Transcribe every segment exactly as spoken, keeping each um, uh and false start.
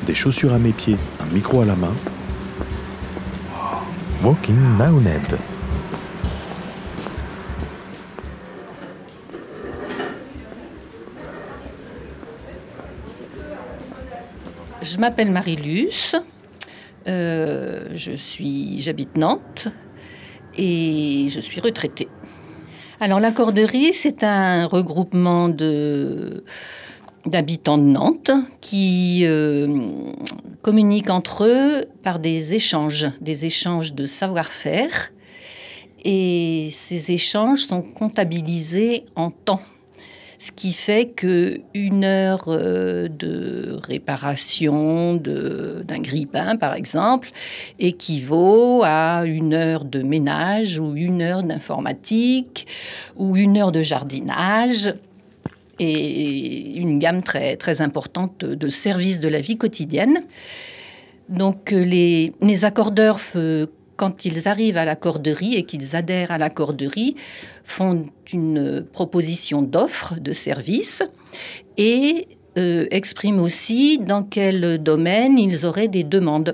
des chaussures à mes pieds, un micro à la main. Walking Naoned. Je m'appelle Marie-Luce, euh, je suis, j'habite Nantes et je suis retraitée. Alors la Corderie, c'est un regroupement de, d'habitants de Nantes qui euh, communiquent entre eux par des échanges, des échanges de savoir-faire. Et ces échanges sont comptabilisés en temps. Ce qui fait qu'une heure de réparation de, d'un grille-pain, par exemple, équivaut à une heure de ménage ou une heure d'informatique ou une heure de jardinage et une gamme très, très importante de services de la vie quotidienne. Donc les, les accordeurs quand ils arrivent à la Corderie et qu'ils adhèrent à la Corderie, font une proposition d'offre de service et euh, expriment aussi dans quel domaine ils auraient des demandes.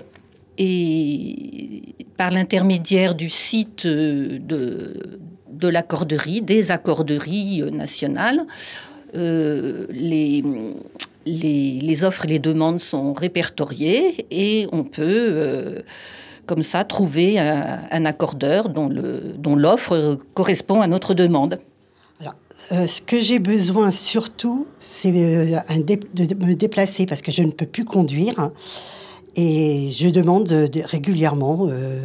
Et par l'intermédiaire du site de, de la Corderie, des accorderies nationales, euh, les... Les, les offres et les demandes sont répertoriées et on peut... Euh, comme ça, trouver un, un accordeur dont, le, dont l'offre correspond à notre demande. Alors, euh, ce que j'ai besoin surtout, c'est euh, un dé- de me déplacer parce que je ne peux plus conduire. Hein, et je demande de, de, régulièrement euh,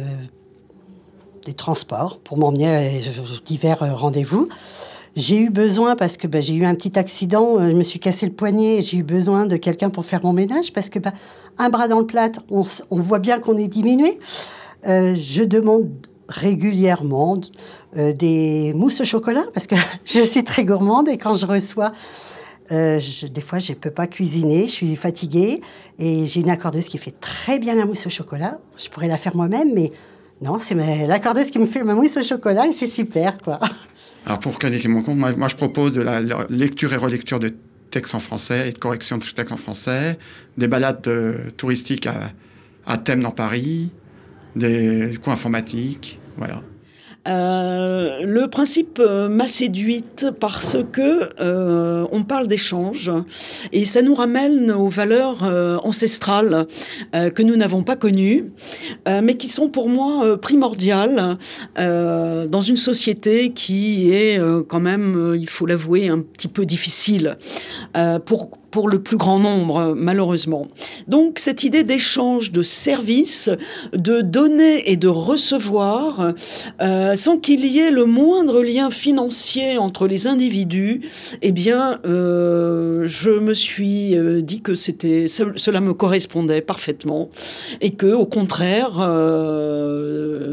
des transports pour m'emmener à divers euh, rendez-vous. J'ai eu besoin, parce que bah, j'ai eu un petit accident, euh, je me suis cassé le poignet, et j'ai eu besoin de quelqu'un pour faire mon ménage, parce que bah, un bras dans le plâtre, on, on voit bien qu'on est diminué. Euh, je demande régulièrement euh, des mousses au chocolat, parce que je suis très gourmande, et quand je reçois, euh, je, des fois je ne peux pas cuisiner, je suis fatiguée, et j'ai une accordeuse qui fait très bien la mousse au chocolat. Je pourrais la faire moi-même, mais non, c'est ma, l'accordeuse qui me fait ma mousse au chocolat, et c'est super, quoi. Alors pour qualifier mon compte, moi, moi je propose de la, la lecture et relecture de textes en français et de correction de textes en français, des balades euh, touristiques à, à thème dans Paris, des cours informatiques, voilà. Euh, le principe euh, m'a séduite parce que euh, on parle d'échange et ça nous ramène aux valeurs euh, ancestrales euh, que nous n'avons pas connues, euh, mais qui sont pour moi euh, primordiales euh, dans une société qui est euh, quand même, euh, il faut l'avouer, un petit peu difficile euh, pour pour le plus grand nombre, malheureusement. Donc, cette idée d'échange, de service, de donner et de recevoir, euh, sans qu'il y ait le moindre lien financier entre les individus, eh bien, euh, je me suis dit que c'était, cela me correspondait parfaitement et que, au contraire, euh,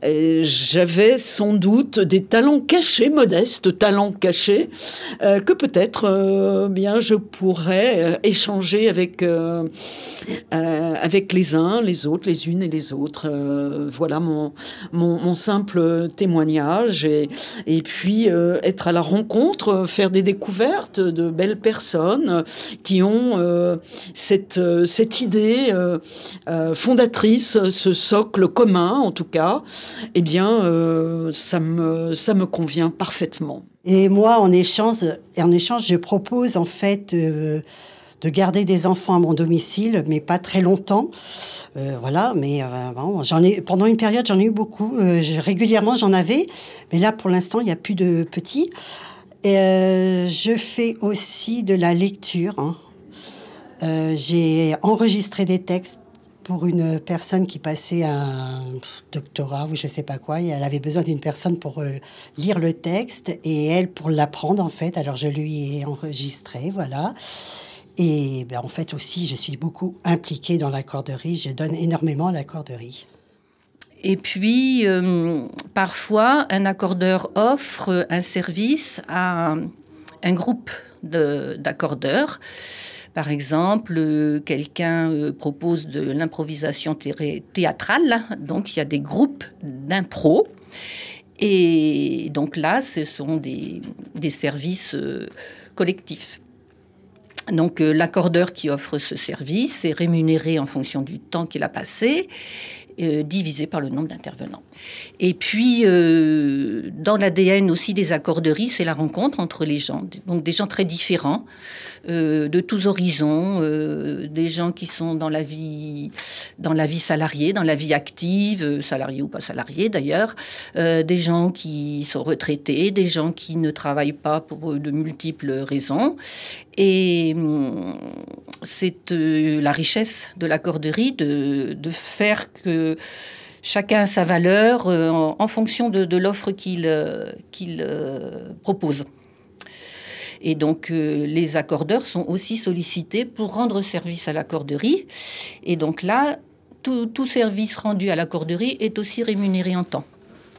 j'avais sans doute des talents cachés, modestes talents cachés, euh, que peut-être, euh, bien, je pourrais échanger avec, euh, euh, avec les uns, les autres, les unes et les autres. Euh, voilà mon, mon, mon simple témoignage. Et, et puis, euh, être à la rencontre, faire des découvertes de belles personnes qui ont euh, cette, cette idée euh, euh, fondatrice, ce socle commun, en tout cas. Eh bien, euh, ça me, ça me convient parfaitement. Et moi, en échange, en échange, je propose en fait euh, de garder des enfants à mon domicile, mais pas très longtemps. Euh, voilà, mais euh, bon, j'en ai, pendant une période, j'en ai eu beaucoup. Euh, je, régulièrement, j'en avais, mais là, pour l'instant, il n'y a plus de petits. Et, euh, je fais aussi de la lecture. Hein. Euh, j'ai enregistré des textes pour une personne qui passait un doctorat ou je sais pas quoi, et elle avait besoin d'une personne pour euh, lire le texte et elle pour l'apprendre en fait. Alors je lui ai enregistré, voilà. Et ben, en fait aussi, je suis beaucoup impliquée dans l'accorderie. Je donne énormément à l'accorderie. Et puis, euh, parfois, un accordeur offre un service à un groupe de, d'accordeurs. Par exemple, euh, quelqu'un euh, propose de l'improvisation thé- théâtrale. Donc, il y a des groupes d'impro. Et donc là, ce sont des, des services euh, collectifs. Donc euh, l'accordeur qui offre ce service est rémunéré en fonction du temps qu'il a passé, euh, divisé par le nombre d'intervenants. Et puis, euh, dans l'A D N aussi des accorderies, c'est la rencontre entre les gens. Donc des gens très différents, euh, de tous horizons, euh, des gens qui sont dans la vie, dans la vie salariée, dans la vie active, euh, salariés ou pas salariés d'ailleurs, euh, des gens qui sont retraités, des gens qui ne travaillent pas pour de multiples raisons. Et hum, c'est euh, la richesse de l'accorderie de, de faire que chacun a sa valeur euh, en, en fonction de, de l'offre qu'il, euh, qu'il euh, propose. Et donc, euh, les accordeurs sont aussi sollicités pour rendre service à l'accorderie. Et donc là, tout, tout service rendu à l'accorderie est aussi rémunéré en temps.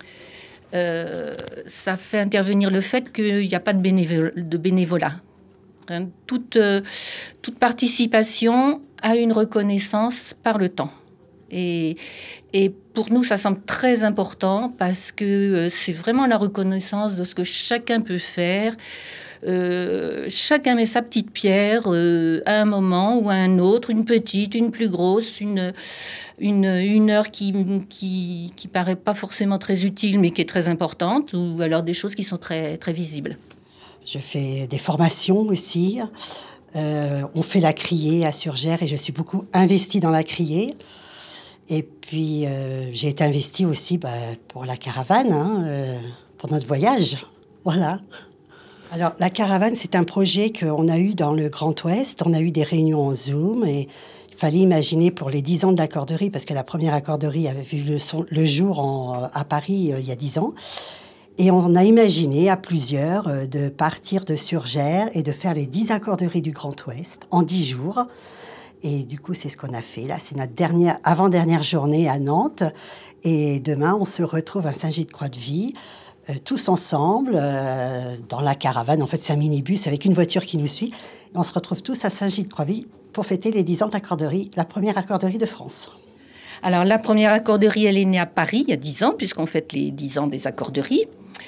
Euh, ça fait intervenir le fait qu'il n'y a pas de, bénévol- de bénévolat. Hein, toute, euh, toute participation a une reconnaissance par le temps. Et, et pour nous, ça semble très important parce que euh, c'est vraiment la reconnaissance de ce que chacun peut faire. Euh, chacun met sa petite pierre euh, à un moment ou à un autre, une petite, une plus grosse, une, une, une heure qui, qui, qui paraît pas forcément très utile mais qui est très importante, ou alors des choses qui sont très, très visibles. Je fais des formations aussi. Euh, on fait la criée à Surgères et je suis beaucoup investie dans la criée. Et puis, euh, j'ai été investie aussi bah, pour la caravane, hein, euh, pour notre voyage. Voilà. Alors, la caravane, c'est un projet qu'on a eu dans le Grand Ouest. On a eu des réunions en Zoom et il fallait imaginer pour les dix ans de l'accorderie, parce que la première accorderie avait vu le, son, le jour en, à Paris euh, il y a dix ans. Et on a imaginé à plusieurs euh, de partir de Surgères et de faire les dix accorderies du Grand Ouest en dix jours. Et du coup, c'est ce qu'on a fait. Là, c'est notre dernière, avant-dernière journée à Nantes. Et demain, on se retrouve à Saint-Gilles-Croix-de-Vie, euh, tous ensemble, euh, dans la caravane. En fait, c'est un minibus avec une voiture qui nous suit. Et on se retrouve tous à Saint-Gilles-Croix-de-Vie pour fêter les dix ans de l'accorderie, la première accorderie de France. Alors, la première accorderie, elle est née à Paris il y a dix ans, puisqu'on fête les dix ans des accorderies.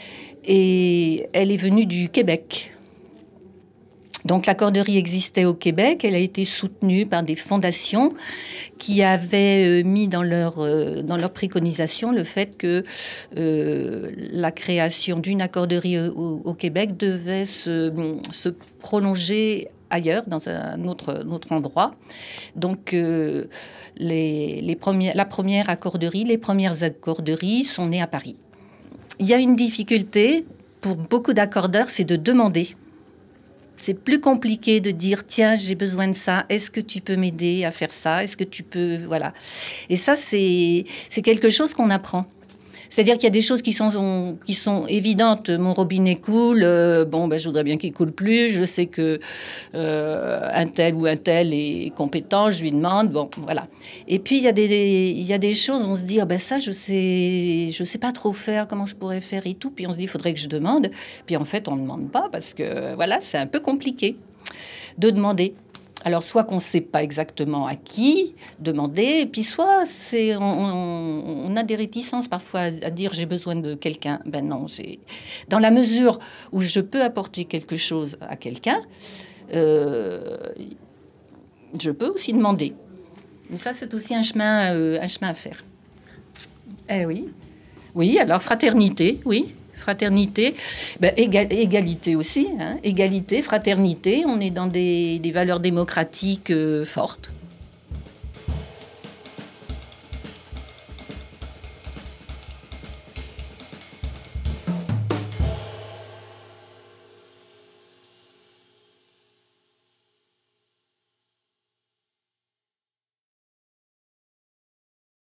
Et elle est venue du Québec. Donc l'accorderie existait au Québec, elle a été soutenue par des fondations qui avaient euh, mis dans leur, euh, dans leur préconisation le fait que euh, la création d'une accorderie au, au Québec devait se, se prolonger ailleurs, dans un autre, autre endroit. Donc euh, les, les premières, la première accorderie, les premières accorderies sont nées à Paris. Il y a une difficulté pour beaucoup d'accordeurs, c'est de demander. C'est plus compliqué de dire, tiens, j'ai besoin de ça. Est-ce que tu peux m'aider à faire ça? Est-ce que tu peux... Voilà. Et ça, c'est, c'est quelque chose qu'on apprend. C'est-à-dire qu'il y a des choses qui sont, qui sont évidentes. Mon robinet coule. Euh, bon, ben, je voudrais bien qu'il coule plus. Je sais que euh, un tel ou un tel est compétent. Je lui demande. Bon, voilà. Et puis, il y a des, il y a des choses, on se dit, oh, ben, ça, je sais, je sais pas trop faire. Comment je pourrais faire et tout. Puis, on se dit, il faudrait que je demande. Puis, en fait, on ne demande pas parce que, voilà, c'est un peu compliqué de demander. Alors, soit qu'on ne sait pas exactement à qui demander, et puis soit c'est, on, on, on a des réticences parfois à dire j'ai besoin de quelqu'un. Ben non, j'ai... Dans la mesure où je peux apporter quelque chose à quelqu'un, euh, je peux aussi demander. Mais ça, c'est aussi un chemin, euh, un chemin à faire. Eh oui. Oui, alors fraternité, oui. Fraternité, ben, égal, égalité aussi, hein, égalité, fraternité, on est dans des, des valeurs démocratiques euh, fortes.